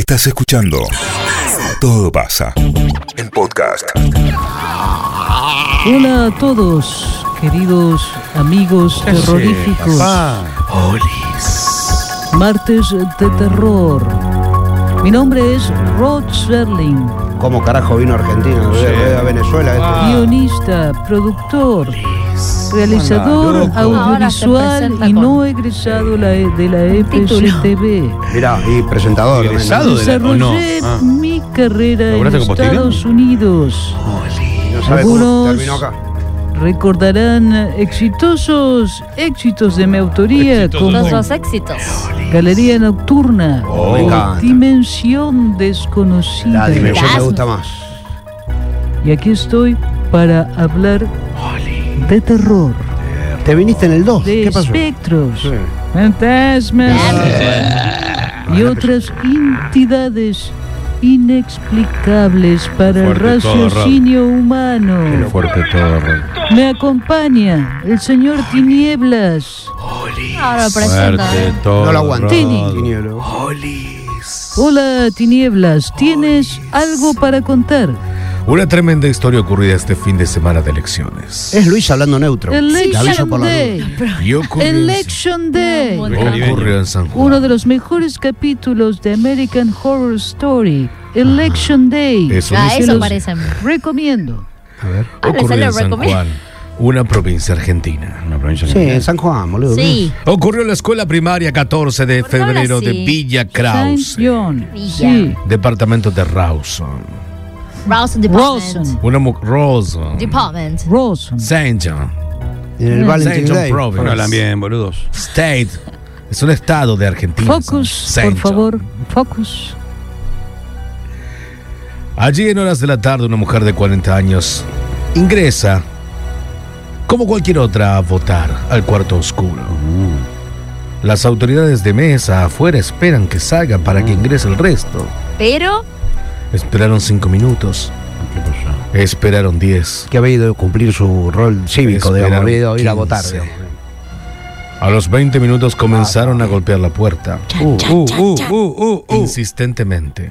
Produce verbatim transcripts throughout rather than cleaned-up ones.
Estás escuchando Todo Pasa, el podcast. Hola a todos, queridos amigos terroríficos. Olis. Martes de terror. Mi nombre es Rod Serling. ¿Cómo carajo vino Argentina? Sí. A Venezuela. Este. Ah. Guionista, productor, realizador Loco. audiovisual y no egresado la e- de la F C T V. Mirá, y presentador. ¿Egresado de la- o no? Desarrollé Ah. mi carrera en ¿Lograste como Estados Unidos. No sabe Algunos- cómo terminó acá. Recordarán exitosos éxitos de mi autoría Exitosos. como Los éxitos. Galería Nocturna Oh, me o encanta. Dimensión Desconocida. La dimensión me Gracias. gusta más. Y aquí estoy para hablar de terror, ¿Te viniste en el dos? de ¿Qué pasó? espectros, Sí. fantasmas y otras entidades inexplicables para el Fuerte todo, raciocinio humano. Fuerte todo, Rey. Me acompaña el señor Tinieblas. Ahora lo presento. Fuerte todo. No lo aguanto. Tini. Tinieblo. Hola, Tinieblas, ¿tienes algo para contar? Una tremenda historia ocurrida este fin de semana de elecciones. Es Luis hablando neutro. Te aviso Election por la duda. Day. Y ocurrió, Election Day. No, en, ocurrió en San Juan. Uno de los mejores capítulos de American Horror Story. Election Day. Eso Ah, mismo. eso los parece. recomiendo. A ver. Ah, le Ocurrió sale en San recomiendo. Juan, una provincia argentina. Una provincia Sí, en San Juan, boludo. Sí. Ocurrió en la escuela primaria catorce de ¿Por qué habla febrero de así? Villa Saint Krause, John. Villa. Sí. departamento de Rawson. Rawson Department. Rawson. Una mu- Rawson. Department. Rawson. Saint John. En el Saint Valentine John Day. Province. No hablan bien, boludos. State. Es un estado de Argentina. Focus, Saint por John. favor. Focus. Allí en horas de la tarde una mujer de cuarenta años ingresa, como cualquier otra, a votar al cuarto oscuro. Las autoridades de mesa afuera esperan que salga para que ingrese el resto. Pero. Esperaron cinco minutos, ¿Qué pasó? esperaron diez. Que había ido a cumplir su rol cívico, digamos. Esperaron Había ido a ir a quince. votar, digamos. A los veinte minutos comenzaron a golpear la puerta, Uh, uh, uh, uh, uh, uh. insistentemente.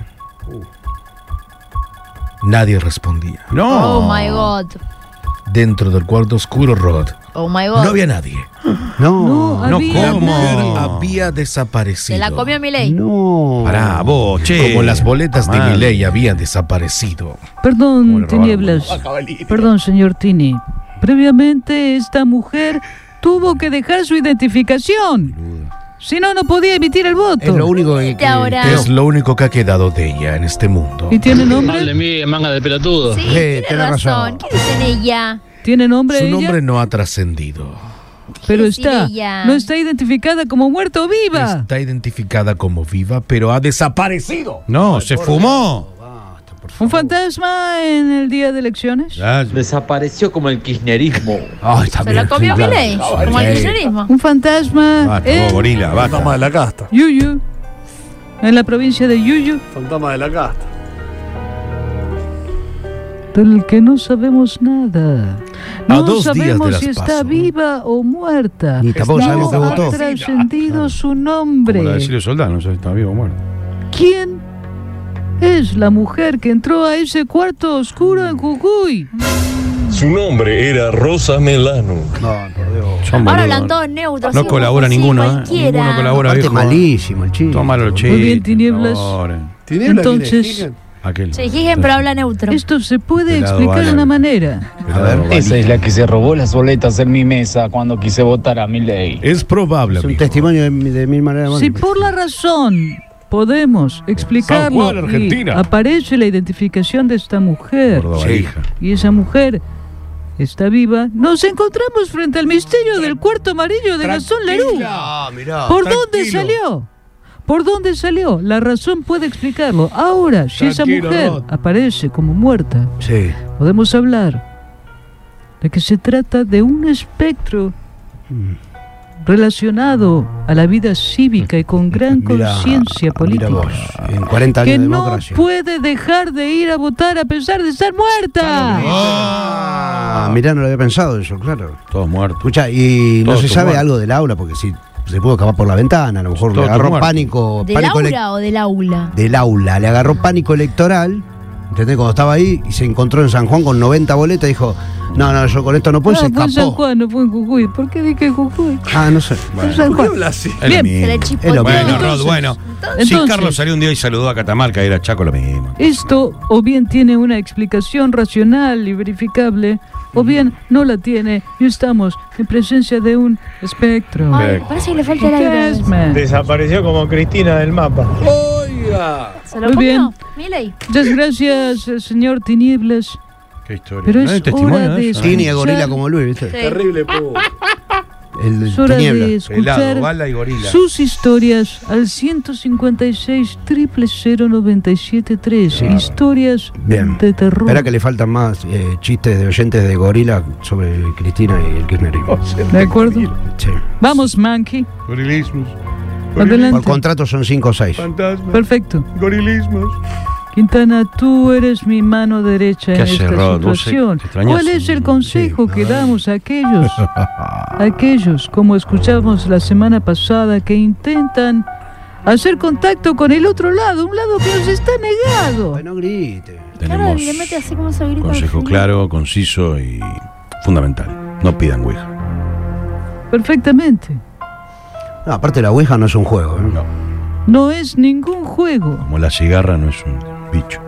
Nadie respondía. No. Oh my god. Dentro del cuarto oscuro, Rod, Oh my god. no había nadie. No. No, no, había ¿cómo? nadie. Había desaparecido. Se la comió Milei. No. Pará, vos, che. Como las boletas de Mal. Milei habían desaparecido. Perdón, ¿Cómo le robaron? Tinieblas. Perdón, señor Tini. Previamente, esta mujer tuvo que dejar su identificación. Si no, no podía emitir el voto. Es lo único que. Y que- ahora. Es lo único que ha quedado de ella en este mundo. ¿Y tiene Mal nombre? de mí, manga de pelotudo. Sí, Eh, tiene tenés razón. razón. ¿Qué dice en ella? ¿Tiene nombre Su ella? nombre no ha trascendido. Pero ¿Qué dice está. ella? No está identificada como muerta o viva. Está identificada como viva, pero ha desaparecido. No, se fumó. ¿Un fantasma en el día de elecciones? Ya, Desapareció como el kirchnerismo. Ay, Se también. la comió sí, claro. Milei. Como el kirchnerismo. Un fantasma Basta, vos, en gorila, basta. de la casta. Yuyu. En la provincia de Yuyu. Fantasma de la casta. Del que no sabemos nada. A No dos días de sabemos las si está PASO. viva o muerta. Ni tampoco no sabemos qué ha votó. trascendido su Como nombre. la de Silvio Soldán, no sé si está vivo o muerto. ¿Quién es la mujer que entró a ese cuarto oscuro en Jujuy? Su nombre era Rosa Melano. No, por Dios. Son Ahora boludos. hablan todos neutros. No así colabora como si ninguno, ¿eh? cualquiera. Ninguno colabora, Aparte, viejo. malísimo el chico. Tómalo los chistes. Muy bien, Tinieblas. por favor. ¿Tiniebla Entonces- quién es? Aquel. Se dijeron, pero habla neutro. Esto se puede Pelado explicar de Alan. una manera. A ver. Esa es la que se robó las boletas en mi mesa cuando quise votar a Milei. Es probable, Es un amigo. testimonio de, de mil maneras. Si por la razón podemos explicarlo San Juan, Argentina. y aparece la identificación de esta mujer Córdoba, Sí. hija. y esa mujer está viva, nos encontramos frente al misterio del cuarto amarillo de Gastón Leroux. Ah, mirá. ¿Por dónde tranquilo. salió? ¿Por dónde salió? La razón puede explicarlo. Ahora, si esa Tranquilo, mujer Rod. aparece como muerta, Sí. podemos hablar de que se trata de un espectro relacionado a la vida cívica y con gran Mirá, conciencia mirá política, vos, en cuarenta años que de no democracia. puede dejar de ir a votar a pesar de estar muerta. Ah, mirá, no lo había pensado eso, claro. Todos muertos. Escucha, y no Todos se sabe muertos. algo del aula, porque si se pudo escapar por la ventana, a lo mejor Todo le agarró muerto. pánico. ¿Del pánico elec- aula o del aula? del aula, le agarró pánico electoral, ¿entendés? Cuando estaba ahí y se encontró en San Juan con noventa boletas, dijo, no, no, yo con esto no puedo, y Ah, se fue en San escapó. Juan, no fue en Jujuy. ¿Por qué dije Jujuy? Ah, no sé. Fue en San Juan. Es lo Bien. mismo. Se le chipoteó. Es lo Bueno, mismo. Rod, Entonces- bueno. entonces- Si Carlos salió un día y saludó a Catamarca, era Chaco lo mismo. Esto o bien tiene una explicación racional y verificable, o bien no la tiene y estamos en presencia de un espectro. Ay, parece que le falta el aire. Yes, man. Desapareció como Cristina del mapa. ¿Se lo Muy bien. comió? Milei. Muchas gracias, eh, señor Tinieblas. Qué historia. Pero ¿No es hay testimonio hora de de eso? escuchar- Tini es gorila como Luis, ¿viste? Sí. Terrible, po. El Es hora tiniebla. de escuchar Helado, bala y gorila. sus historias al ciento cincuenta y seis, cero cero cero noventa y siete tres. Sí. Historias Bien. de terror. Espera que le faltan más eh, chistes de oyentes de gorila sobre Cristina y el kirchnerismo. ¿De acuerdo? Sí. Vamos, Monkey. Gorilismos. Adelante. Por contrato son cinco o seis. Fantasmas. Perfecto. Gorilismos. Quintana, tú eres mi mano derecha ¿Qué en hace, esta Rod? ¿Vos situación. te extrañas? ¿Cuál es el consejo Sí. que damos a aquellos, a aquellos, como escuchamos la semana pasada, que intentan hacer contacto con el otro lado, un lado que nos está negado? Ay, no grite. Claro, Tenemos le mete así como se grita. consejo claro, conciso y fundamental. No pidan Ouija. Perfectamente. No, aparte la Ouija no es un juego. ¿eh? No. No es ningún juego. Como la cigarra no es un bicho.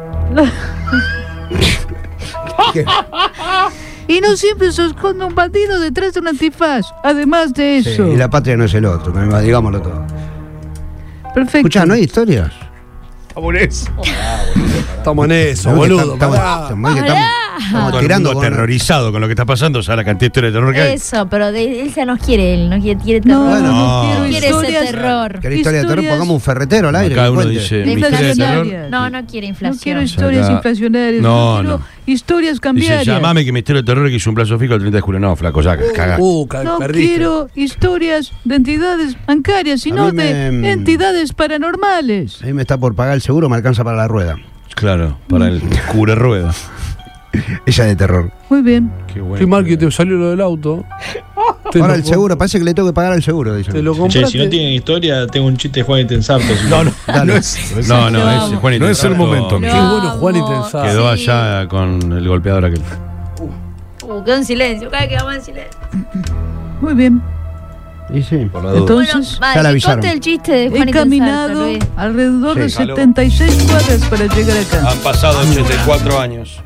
¿Qué? Y no siempre se esconde un bandido detrás de un antifaz. Además de Sí, eso. y la patria no es el otro, también, digámoslo todo. Perfecto. Escuchá, ¿no hay historias? Estamos en eso. Estamos en eso, No, que boludo. estamos, pará. estamos- que estamos- estamos Todo el tirando mundo con- aterrorizado con lo que está pasando. ¿Sabes la cantidad de historias de terror que hay? Eso, pero de, él ya nos quiere, él no quiere, quiere No, terror. Bueno, no, no. quiero quiere ese historias. terror. ¿Querés historia de terror? Historias- Pongamos un ferretero al aire. Cada que uno cuente. dice De mi historia de terror. inflacionarias. No, no quiere No inflación. quiero historias Acá- inflacionarias. No, quiero no. historias Dice, cambiarias. llamame que mi historia de terror que hizo un plazo fijo el treinta de julio. No, flaco, ya, cagá. Uh, ca- No perdiste. quiero historias de entidades bancarias, sino A mí de me- entidades paranormales. A mí me está por pagar el seguro, me alcanza para la rueda. Claro, para el cubre rueda. Ella de terror. Muy bien. Qué bueno. Qué mal que te salió lo del auto. Te Ahora lo el com- seguro, parece que le tengo que pagar el seguro, dicen. Te lo Che, compraste. si no tienen historia, tengo un chiste de Juan y Tensarto. No, no, Dale. no, no, ese Juan y No es el Tensarto momento. Qué bueno, Juan y Tensarto. Quedó Sí. allá con el golpeador aquel. Uh, quedó en silencio, cada vez quedamos en silencio. Muy bien. Y sí. Por la duda. Entonces, Bueno, ya vale, la que avisaron. conte el chiste de Juan he y Tensarto, caminado Luis. alrededor de Sí. setenta y seis cuadras para llegar acá. Han pasado ochenta y cuatro años.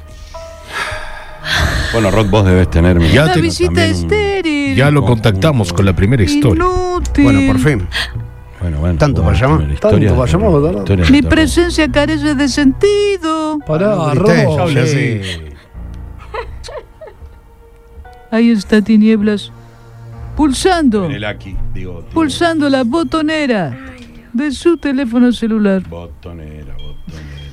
Bueno, Rod, vos debes tener mi- Ya Una te- visita también un- estéril. Ya lo contactamos con la primera historia. Inútil. Bueno, por fin. Bueno, bueno. Tanto bueno, para llamar. la historia Tanto de para llamar, terror. ¿verdad? Historia de Mi terror. presencia carece de sentido. Pará, No grité, Robo. habla sí. Ahí está Tinieblas. Pulsando. En el aquí, digo. tiene- Pulsando la botonera de su teléfono celular. Botonera, botonera.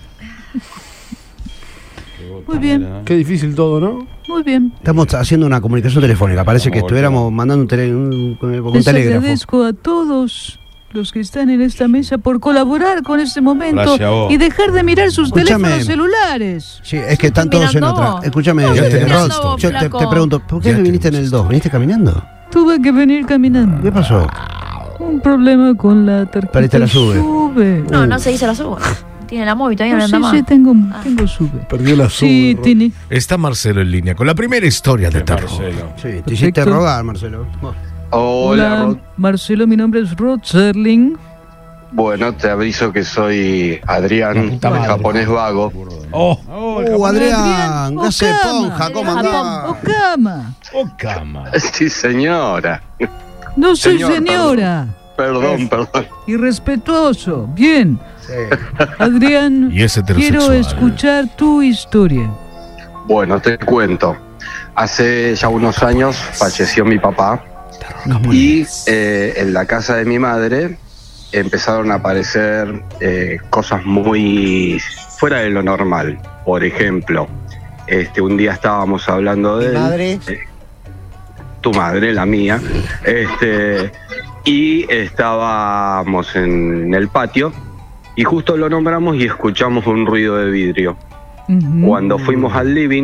Qué Muy bien. botonera. Qué difícil todo, ¿no? Muy bien. Estamos haciendo una comunicación telefónica. Parece que Vamos, estuviéramos mandando un, tele- un, un Les telégrafo. agradezco a todos los que están en esta mesa por colaborar con este momento Gracias a vos. y dejar de mirar sus Escúchame. teléfonos celulares. Sí, es que están todos en mirando otra. vos. Escúchame, No, eh, yo estoy Rod, mirando vos, yo te, flaco. te pregunto, ¿por qué Ya no te viniste en el dos? ¿Viniste caminando? Tuve que venir caminando. ¿Qué pasó? Un problema con la tarjeta. Parece la sube. sube. No, no se dice la suba. Tiene la móvil, todavía no, No, anda sí, más. sí, tengo, tengo sube. Perdió la Sí, sube. Tini. Está Marcelo en línea con la primera historia de terror. Marcelo. Sí, te hiciste Perfecto. rogar, Marcelo. Bueno, Hola, Rod. Marcelo, mi nombre es Rod Serling. Bueno, te aviso que soy Adrián, puta madre. japonés vago. Oh, Uh, Adrián, ¿qué hace, Ponja? ¿Cómo andás? Okama. oh, cama. Sí, señora. No soy Señor, señora. Perdón, perdón. Irrespetuoso. Bien. Sí. Adrián, Y es heterosexual. quiero escuchar tu historia. Bueno, te cuento. Hace ya unos años falleció mi papá y eh, en la casa de mi madre empezaron a aparecer eh, cosas muy fuera de lo normal. Por ejemplo, este, un día estábamos hablando de él. Madre. Tu madre, la mía, este, y estábamos en el patio y justo lo nombramos y escuchamos un ruido de vidrio. Ujú. Cuando fuimos al living,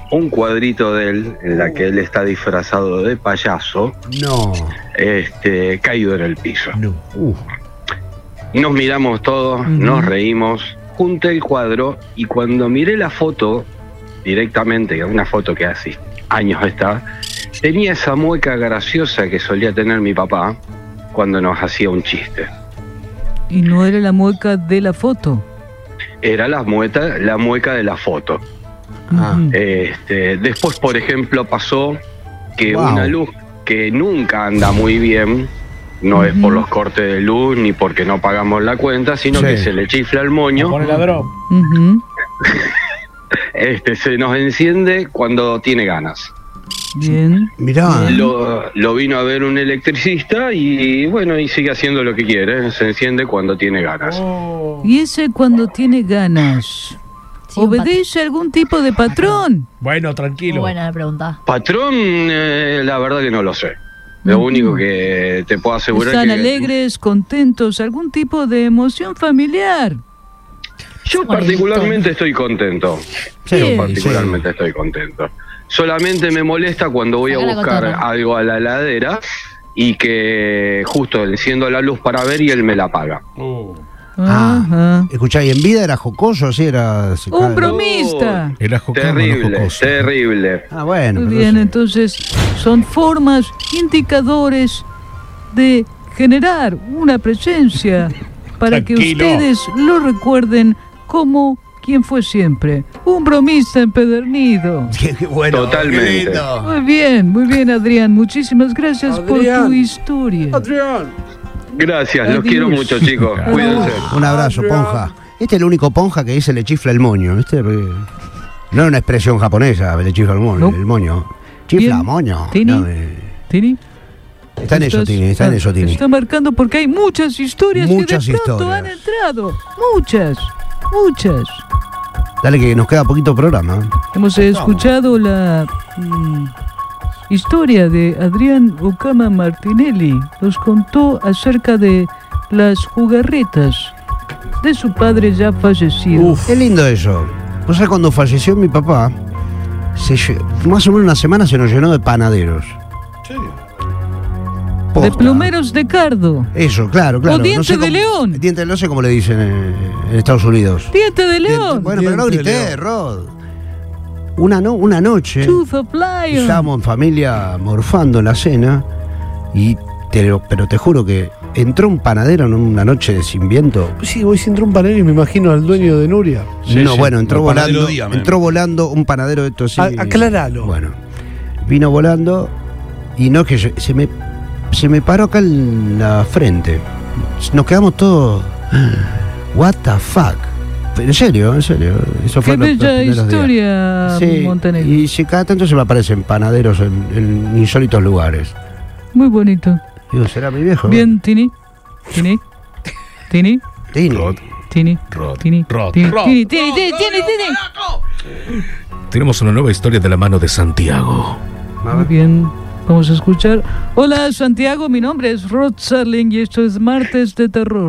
un cuadrito de él en la que él está disfrazado de payaso, No. este, caído en el piso. No. Uh. Nos miramos todos, Ujú. nos reímos, junté el cuadro y cuando miré la foto directamente, una foto que hace años está, tenía esa mueca graciosa que solía tener mi papá cuando nos hacía un chiste. Y no era la mueca de la foto. Era la mueca, la mueca de la foto. Ah. Ujú. Este, después, por ejemplo, pasó que Wow. una luz que nunca anda muy bien, no es por los cortes de luz ni porque no pagamos la cuenta, sino Sí. que se le chifla el moño, Con el ladrón. Ujú. este, se nos enciende cuando tiene ganas. Bien. Mirá. Lo, lo vino a ver un electricista y bueno, y sigue haciendo lo que quiere, se enciende cuando tiene ganas. Y ese cuando tiene ganas, Sí, un ¿obedece algún tipo de patrón? Bueno, Muy tranquilo. buena la pregunta. Patrón, eh, la verdad que no lo sé. Lo Ujú. único que te puedo asegurar ¿Están que alegres, contentos, algún tipo de emoción familiar? yo Bonito. particularmente estoy contento. Sí, Yo sí. particularmente estoy contento. Solamente me molesta cuando voy a Sacá la buscar cotorra. algo a la heladera y que justo enciendo la luz para ver y él me la apaga. Ah. Ajá. Escuchá, ¿y en vida era jocoso? Así era. se Un cae- bromista. Era jocamo, no Terrible, jocoso. terrible. Ah, bueno. Muy pero bien, sí. entonces son formas, indicadores de generar una presencia para que Tranquilo. ustedes lo recuerden como quien fue siempre, un bromista empedernido. Qué, qué bueno. Totalmente. qué lindo. Muy bien, muy bien, Adrián. Muchísimas gracias por Adrián. tu historia. Adrián. Gracias, los Adiós. quiero mucho, chicos. Cuídense. Un abrazo, Adrián. Ponja. Este es el único Ponja que dice le chifla el moño, ¿viste? Porque no es una expresión japonesa, le chifla el moño. No. El moño. Chifla, Bien. moño. Tini. No, eh, ¿Tini? está en eso, Estás- Tini, está en eso, Tini. Está marcando porque hay muchas historias Muchas que de pronto historias. han entrado. Muchas, muchas. Dale que nos queda poquito programa. Hemos eh, escuchado la mm, historia de Adrián Okama Martinelli. Nos contó acerca de las jugarretas de su padre ya fallecido. Uf. Es lindo eso. O sea, cuando falleció mi papá, se lle- más o menos una semana se nos llenó de panaderos. De Posta. plumeros de cardo. Eso, claro, claro. O diente sé de cómo- león. Diente de león, no sé cómo le dicen en, en Estados Unidos. Diente de Diente- león. bueno, pero no Diente de grité, león. Rod. Una, no, una noche Tooth of lion. estábamos en familia morfando en la cena y te lo- pero te juro que entró un panadero en una noche sin viento. Sí, voy sin un panel y me imagino al dueño de Nuria. Sí, no, sí, bueno, entró los panaderos volando, Díaz, man. entró volando un panadero de estos así. A- aclaralo. Bueno, vino volando y no es que yo- se me se me paró acá en la frente. Nos quedamos todos. What the fuck. En serio, en serio. Eso Qué fue los- los bella primeros días. historia, Sí, Montenegro. y si cada tanto se me aparecen panaderos en, en insólitos lugares. Muy bonito. Digo, ¿será mi viejo? Bien, Tini. Tini. Tini. Tini. Rod, Tini. Rod, Tini. Rod, Tini. Rod. Tini. Tini. Tini. Tini. Tini. Tenemos una nueva historia de la mano de Santiago. Muy bien. Vamos a escuchar. Hola, Santiago. Mi nombre es Rod Serling y esto es Martes de Terror.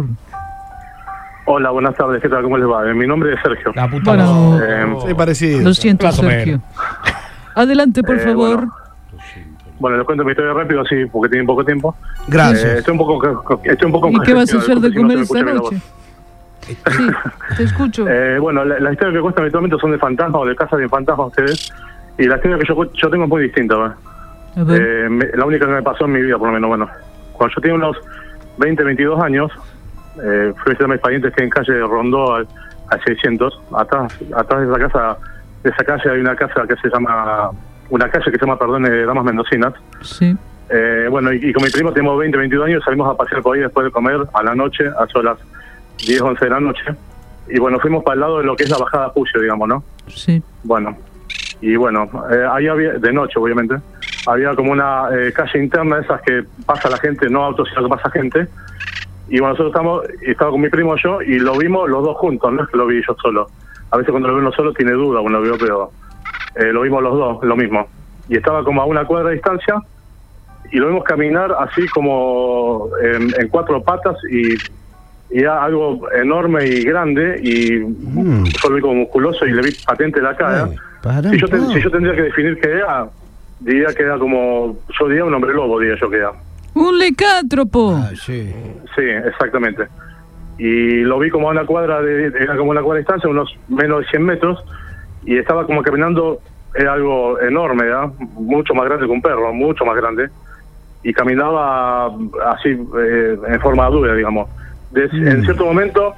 Hola, buenas tardes, ¿qué tal? ¿Cómo les va? Eh, Mi nombre es Sergio. La puta Bueno, Eh, Sí, parecido. lo siento, Más o Sergio. Adelante, por Eh, favor. bueno. Bueno, les cuento mi historia rápido, así, porque tienen poco tiempo. Gracias. Eh, estoy un poco, estoy un poco ¿Y qué vas a hacer de congestionado, comer disculpe esta si no se me noche? escucha bien la Sí, te escucho. voz. Eh, bueno, la, la historia que cuento habitualmente son de fantasmas o de casas de fantasmas ustedes. Y la historia que yo, cu- yo tengo es muy distinta, ¿verdad? A ver. Eh, me- la única que me pasó en mi vida, por lo menos, bueno. Cuando yo tenía unos veinte, veintidós años, eh, fui a visitar a mis parientes que en calle Rondó al, al seiscientos. Atrás, atrás de esa casa, de esa calle hay una casa que se llama, una calle que se llama, perdón, eh, Damas Mendocinas. Sí. Eh, bueno, y, y con mi primo tenemos veinte, veintidós años, salimos a pasear por ahí después de comer a la noche, a eso a las diez, once de la noche. Y bueno, fuimos para el lado de lo que es la bajada Puyo, digamos, ¿no? Sí. Bueno, y bueno, eh, ahí había, de noche obviamente, había como una eh, calle interna, esas que pasa la gente, no autos, sino que pasa gente. Y bueno, nosotros estamos, y estaba con mi primo y yo, y lo vimos los dos juntos, no es que lo vi yo solo. A veces cuando lo ve uno solo tiene duda, uno lo veo, pero eh, lo vimos los dos, lo mismo. Y estaba como a una cuadra de distancia, y lo vimos caminar así como en, en cuatro patas, y, y era algo enorme y grande, y Mm. yo lo vi como musculoso y le vi patente la cara. Eh, Si yo, ten, si yo tendría que definir qué era, diría que era como, yo diría un hombre lobo, diría yo que era. Un licántropo. Ah, sí. Sí, exactamente. Y lo vi como a una cuadra, de, era como una cuadra de distancia, unos menos de cien metros, y estaba como caminando, era algo enorme, ¿verdad? Mucho más grande que un perro, mucho más grande, y caminaba así, eh, en forma adulta, digamos. De, mm. En cierto momento,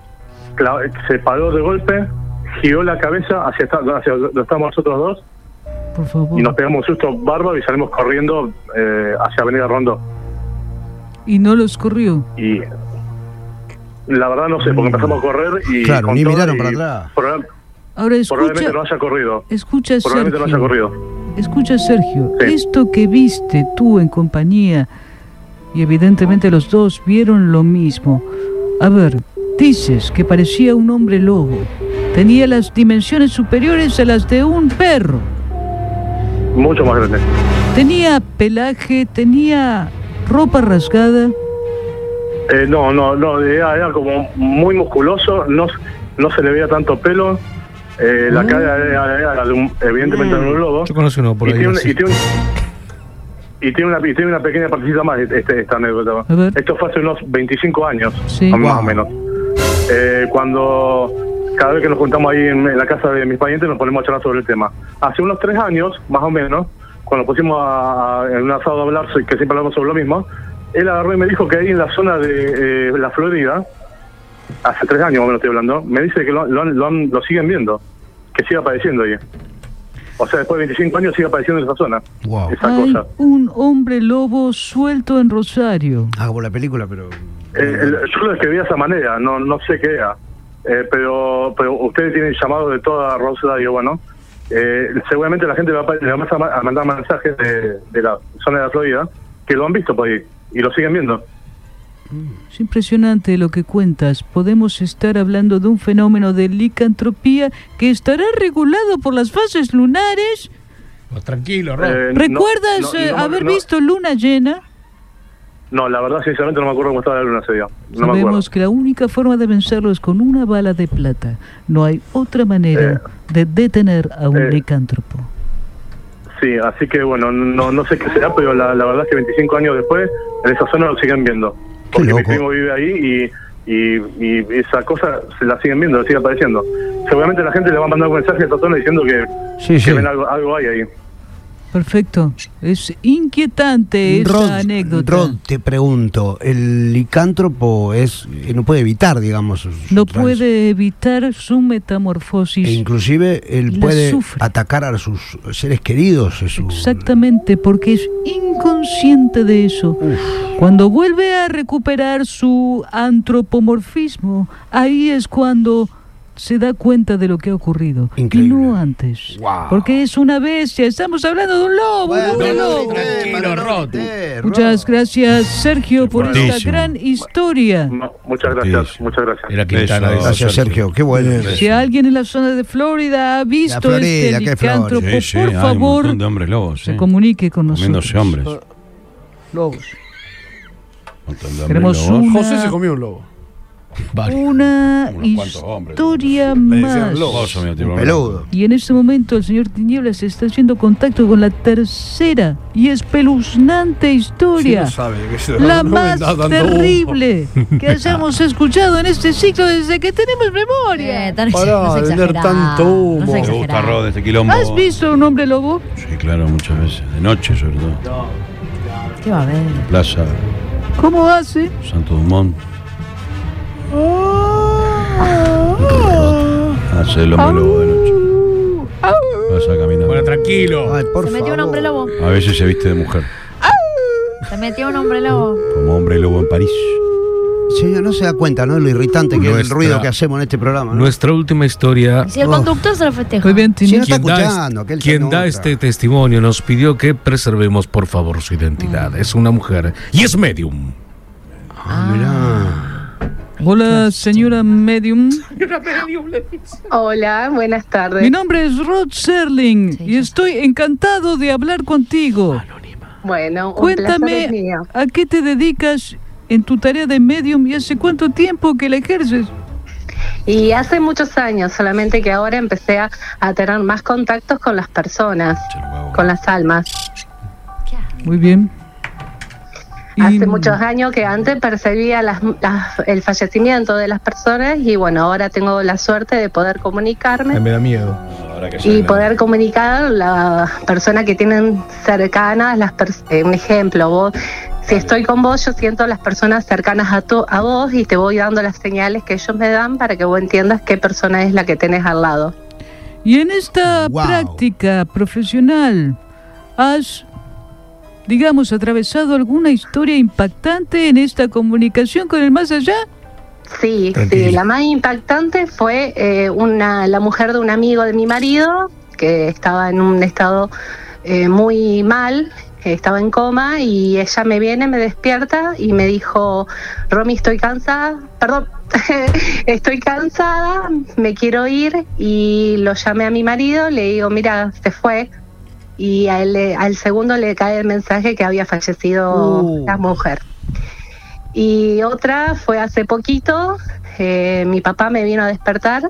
se paró de golpe, giró la cabeza hacia, hacia donde estábamos nosotros dos, por favor, y nos pegamos un susto bárbaro y salimos corriendo eh, hacia Avenida Rondó. ¿Y no los corrió? Y la verdad no sé, porque empezamos a correr y... Claro, ni miraron para atrás. Probable, Ahora escucha, probablemente no haya corrido. Escucha, probablemente Sergio. no haya corrido. Escucha, Sergio. Sí. Esto que viste tú en compañía, y evidentemente los dos vieron lo mismo. A ver, dices que parecía un hombre lobo. Tenía las dimensiones superiores a las de un perro. Mucho más grande. Tenía pelaje, tenía ropa rasgada. Eh, no, no, no, era, era como muy musculoso, no, no se le veía tanto pelo, eh, la Ah. cara era, era la de un, evidentemente de un lobo. Yo conocí uno por y ahí. tiene, una, así. y, tiene un- y, tiene una, y tiene una pequeña partecita más este, esta anécdota. A ver. Esto fue hace unos veinticinco años, Sí. más Wow. o menos. Eh, cuando cada vez que nos juntamos ahí en, en la casa de mis parientes nos ponemos a charlar sobre el tema. Hace unos tres años, más o menos, cuando pusimos a, a- en un asado a hablar, que siempre hablamos sobre lo mismo, él agarró y me dijo que ahí en la zona de eh, la Florida, hace tres años más o menos estoy hablando, me dice que lo, lo, han- lo, han- lo siguen viendo, que sigue apareciendo ahí. O sea, después de veinticinco años sigue apareciendo en esa zona. Wow. Esa Hay cosa. un hombre lobo suelto en Rosario. Ah, como la película, pero... Eh, el- yo lo escribí de esa manera, no no sé qué era. Eh, pero pero ustedes tienen llamado de toda Rosario, bueno. Eh, seguramente la gente le va, a- le va a ma- a mandar mensajes de, de la zona de la Florida que lo han visto por ahí y lo siguen viendo. Es impresionante lo que cuentas. Podemos estar hablando de un fenómeno de licantropía que estará regulado por las fases lunares. Pues tranquilo, Rob. Eh, ¿Recuerdas no, no, eh, no, haber no, visto luna llena? No, la verdad, sinceramente no me acuerdo cómo estaba la luna ese día. No me acuerdo. Sabemos que la única forma de vencerlo es con una bala de plata. No hay otra manera de detener a un eh, licántropo. Sí, así que bueno, no no sé qué será, pero la, la verdad es que veinticinco años después en esa zona lo siguen viendo. Porque mi loco. primo vive ahí y, y, y esa cosa se la siguen viendo, la sigue apareciendo. Seguramente la gente le va a mandar un mensaje a esta zona diciendo que, Sí, que sí. ven algo, algo hay ahí. Perfecto. Es inquietante esa Rod, anécdota. Rod, te pregunto, el licántropo es eh, no puede evitar, digamos, sus- No sus trans- puede evitar su metamorfosis. e inclusive él La puede sufre. atacar a sus seres queridos. Es su- Exactamente, porque es inconsciente de eso. Cuando vuelve a recuperar su antropomorfismo, ahí es cuando se da cuenta de lo que ha ocurrido. Increíble. Y no antes. Wow. Porque es una bestia. Estamos hablando de un lobo, Bueno, de un no, lobo. tranquilo, Rod. Eh, Muchas gracias, Sergio, por esta Fuertísimo. gran historia. No, muchas gracias, Sí. muchas gracias. Era Quintana. Eso. dice Gracias, Sergio. Qué bueno. Si alguien en la zona de Florida ha visto Florida, este ¿qué licántropo, Sí, sí, por hay un favor, montón de hombres lobos, sí. se comunique con nosotros. Comiéndose hombres. Lobos. Un montón de hombres Queremos lobos. una, José se comió un lobo. Varios. una Unos cuantos hombres. historia Le decían más. lobo. Oso, mío, tipo, Un peludo. Y en este momento el señor Tinieblas está haciendo contacto con la tercera y espeluznante historia. ¿Quién no sabe que se- La no me más da dando terrible que hayamos escuchado en este ciclo desde que tenemos memoria. Eh, tan- Pará, no se vender exagera. tanto humo. No se Me gusta exagera. Rod, este quilombo. ¿Has visto un hombre lobo? Sí, claro, muchas veces. De noche, sobre todo. ¿Qué va a haber? Plaza ¿Cómo hace? Santo Dumont. Hace el hombre lobo de noche. Pasa caminando. Bueno, tranquilo. Ay, por Se metió un favor. hombre lobo. A veces se viste de mujer. Se metió un hombre lobo. Como hombre lobo en París. Señor, no se da cuenta, ¿no? Lo irritante que es el Nuestra- ruido que hacemos en este programa, ¿no? Nuestra última historia. Si el Oh. conductor se lo festeja. Muy bien, Si no Tinieblas. está Quien da, escuchando, es- que él quien está da en este otra. testimonio nos pidió que preservemos por favor su identidad. Es una mujer y es medium. Ah, mirá. Hola, señora Medium. Hola, buenas tardes. Mi nombre es Rod Serling y estoy encantado de hablar contigo. Bueno, un placer Cuéntame es mío. a qué te dedicas en tu tarea de medium y hace cuánto tiempo que la ejerces. Y hace muchos años, solamente que ahora empecé a, a tener más contactos con las personas, con las almas. Muy bien. Hace Y- muchos años que antes percibía las, las- el fallecimiento de las personas y bueno, ahora tengo la suerte de poder comunicarme Me da miedo. y poder comunicar a las personas que tienen cercanas, las pers- eh, un ejemplo, vos, si estoy con vos, yo siento a las personas cercanas a, tu, a vos y te voy dando las señales que ellos me dan para que vos entiendas qué persona es la que tenés al lado. Y en esta práctica profesional, ¿has, digamos, atravesado alguna historia impactante en esta comunicación con el más allá? Sí, Tranquila. sí, la más impactante fue eh, una, la mujer de un amigo de mi marido que estaba en un estado eh, muy mal, que estaba en coma y ella me viene, me despierta y me dijo, Romy, estoy cansada, perdón, estoy cansada, me quiero ir y lo llamé a mi marido, le digo, mira, se fue y a él, le- al segundo le cae el mensaje que había fallecido Uh. la mujer. Y otra fue hace poquito, eh, mi papá me vino a despertar,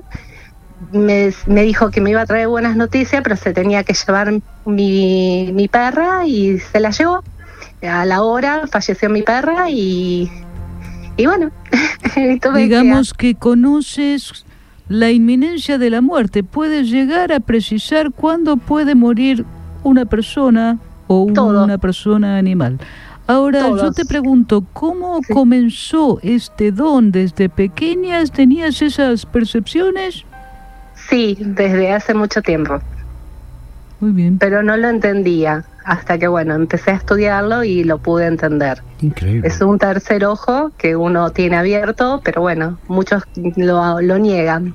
me, me dijo que me iba a traer buenas noticias, pero se tenía que llevar mi, mi perra y se la llevó. A la hora falleció mi perra y, y bueno, tuve Digamos que conoces la inminencia de la muerte. Puedes llegar a precisar cuándo puede morir una persona o una persona animal. Ahora, yo Todos. te pregunto, ¿cómo comenzó este don? ¿Desde pequeñas tenías esas percepciones? Sí, desde hace mucho tiempo. Muy bien. Pero no lo entendía hasta que, bueno, empecé a estudiarlo y lo pude entender. Increíble. Es un tercer ojo que uno tiene abierto, pero bueno, muchos lo, lo niegan.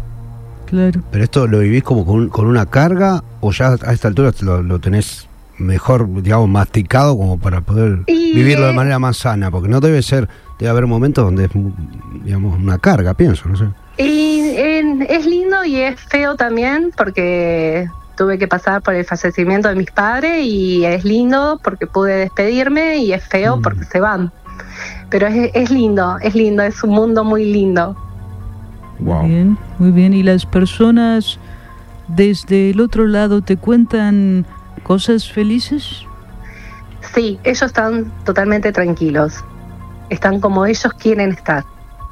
Claro. ¿Pero esto lo vivís como con, con una carga o ya a esta altura lo, lo tenés mejor, digamos, masticado como para poder Y, vivirlo de eh, manera más sana? Porque no debe ser, debe haber momentos donde es, digamos, una carga, pienso, no sé. Y eh, es lindo y es feo también porque tuve que pasar por el fallecimiento de mis padres y es lindo porque pude despedirme y es feo porque se van. Pero es, es lindo, es lindo, es un mundo muy lindo. Muy bien, muy bien. ¿Y las personas desde el otro lado te cuentan cosas felices? Sí, ellos están totalmente tranquilos. Están como ellos quieren estar.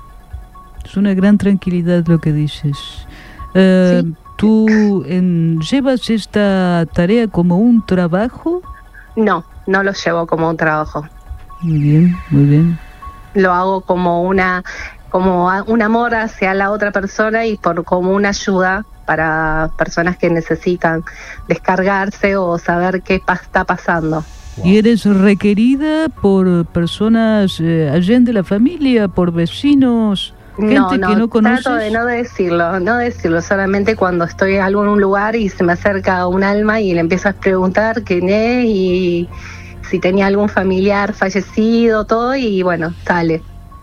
Es una gran tranquilidad lo que dices. Eh, ¿Tú en- llevas esta tarea como un trabajo? No, no los llevo como un trabajo. Muy bien, muy bien. Lo hago como una como a- un amor hacia la otra persona y por como una ayuda para personas que necesitan descargarse o saber qué pa- está pasando. ¿Y eres requerida por personas eh, allende la familia, por vecinos, gente No, que no, no conoces? trato de no decirlo, no decirlo, solamente cuando estoy en algún lugar y se me acerca un alma y le empiezo a preguntar quién es y si tenía algún familiar fallecido, todo, y bueno, sale.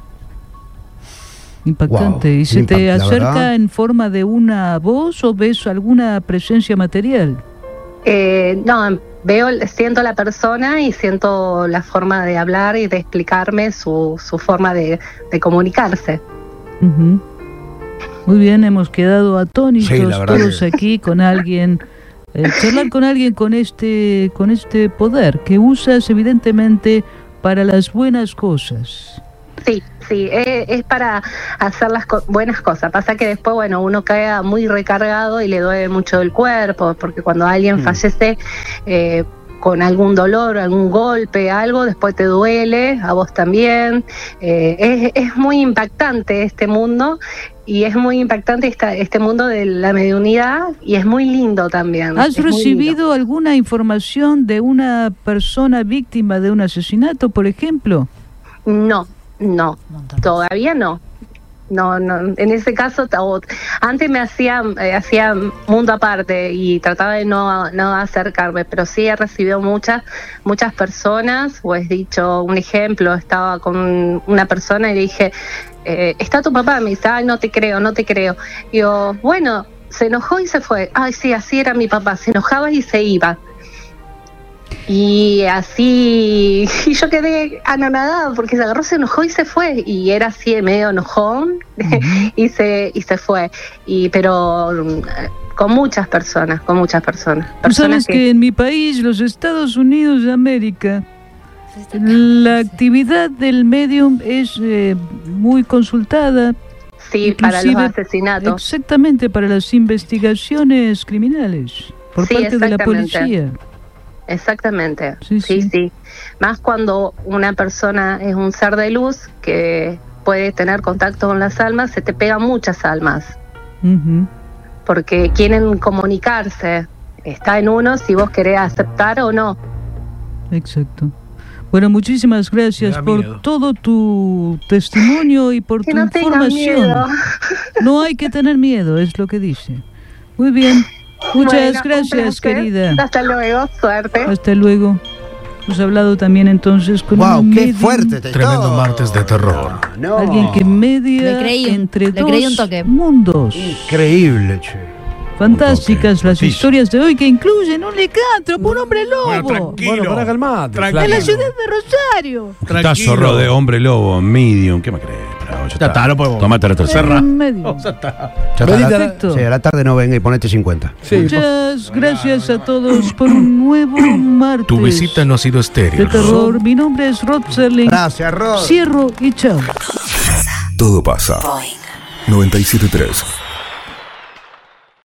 Impactante. Wow, ¿Y se te impact- la acerca verdad. en forma de una voz o ves alguna presencia material? Eh, no, veo, siento la persona y siento la forma de hablar y de explicarme su, su forma de, de comunicarse. Ujú. Muy bien, hemos quedado atónitos Sí, la verdad todos que- aquí con alguien, eh, charlar con alguien con este, con este poder que usas evidentemente para las buenas cosas. Sí, sí, eh, es para hacer las co- buenas cosas. Pasa que después, bueno, uno queda muy recargado y le duele mucho el cuerpo, porque cuando alguien fallece eh, con algún dolor, algún golpe, algo, después te duele, a vos también. Eh, es, es muy impactante este mundo y es muy impactante esta, este mundo de la mediunidad y es muy lindo también. ¿Has es muy lindo. recibido alguna información de una persona víctima de un asesinato, por ejemplo? No, no, todavía no. No, no, en ese caso, ta- o- antes me hacía, eh, hacía mundo aparte y trataba de no, no acercarme, pero sí he recibido muchas, muchas personas, o he dicho un ejemplo, estaba con una persona y le dije, eh, ¿está tu papá? Me dice, ay, no te creo, no te creo. Y yo, bueno, se enojó y se fue. Ay, sí, así era mi papá, se enojaba y se iba. Y así, y yo quedé anonadada porque se agarró, se enojó y se fue. Y era así, medio enojón, uh-huh. y, se, y se fue. Y, pero con muchas personas, con muchas personas. personas Sabes que... que en mi país, los Estados Unidos de América, la actividad del medium es eh, muy consultada. Sí, para los asesinatos. Exactamente, para las investigaciones criminales por sí, parte de la policía. Exactamente, sí sí. sí, sí. Más cuando una persona es un ser de luz que puede tener contacto con las almas, se te pegan muchas almas. Uh-huh. Porque quieren comunicarse. Está en uno si vos querés aceptar o no. Exacto. Bueno, muchísimas gracias por miedo. todo tu testimonio y por que tu no información. No hay que tener miedo, es lo que dice. Muy bien. Muchas bueno, gracias, querida. Hasta luego, suerte. Hasta luego. Hemos hablado también entonces con wow, un qué medium, fuerte. Tremendo martes de terror. No. Alguien que media creí, entre dos un toque. mundos. Increíble, che. Fantásticas las historias de hoy que incluyen un licántropo, un hombre lobo. Bueno, tranquilo. Bueno, para calmarte. En la ciudad de Rosario. Está zorro de hombre lobo, medium. ¿Qué me crees? Pero ya, ya está, no podemos. Tomate la tercera. Medio. Ya está. Sí, a la tarde no venga y ponete cincuenta. Sí, Muchas por... gracias a todos por un nuevo martes. Tu visita no ha sido estéril. De terror. Mi nombre es Rod Serling. Gracias, Rod. Cierro y chao. Todo pasa. noventa y siete punto tres